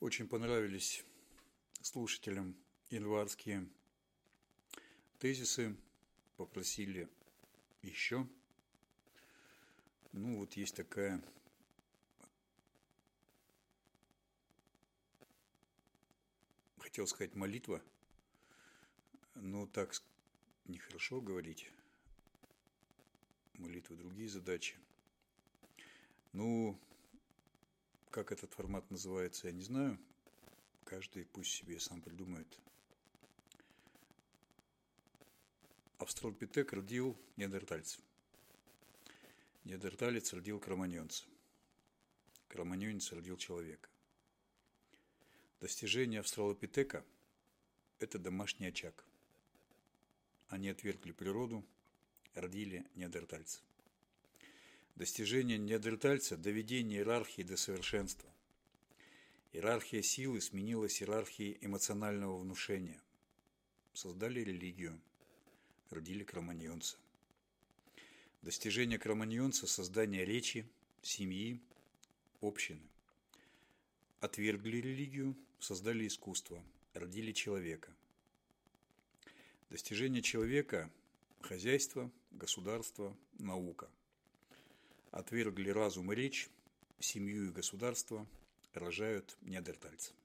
Очень понравились слушателям январские тезисы, попросили еще. Ну вот есть такая хотел сказать молитва, но так нехорошо говорить. Молитвы другие задачи. Ну, как этот формат называется, я не знаю. Каждый пусть себе сам придумает. Австралопитек родил неандертальцев. Неандерталец родил кроманьонца. Кроманьонец родил человека. Достижение австралопитека – это домашний очаг. Они отвергли природу, родили неандертальца. Достижение неандертальца – доведение иерархии до совершенства. Иерархия силы сменилась иерархией эмоционального внушения. Создали религию, родили кроманьонца. Достижение кроманьонца – создание речи, семьи, общины. Отвергли религию, создали искусство, родили человека. Достижение человека – хозяйство, государство, наука. Отвергли разум и речь, семью и государство, рожают неандертальцев.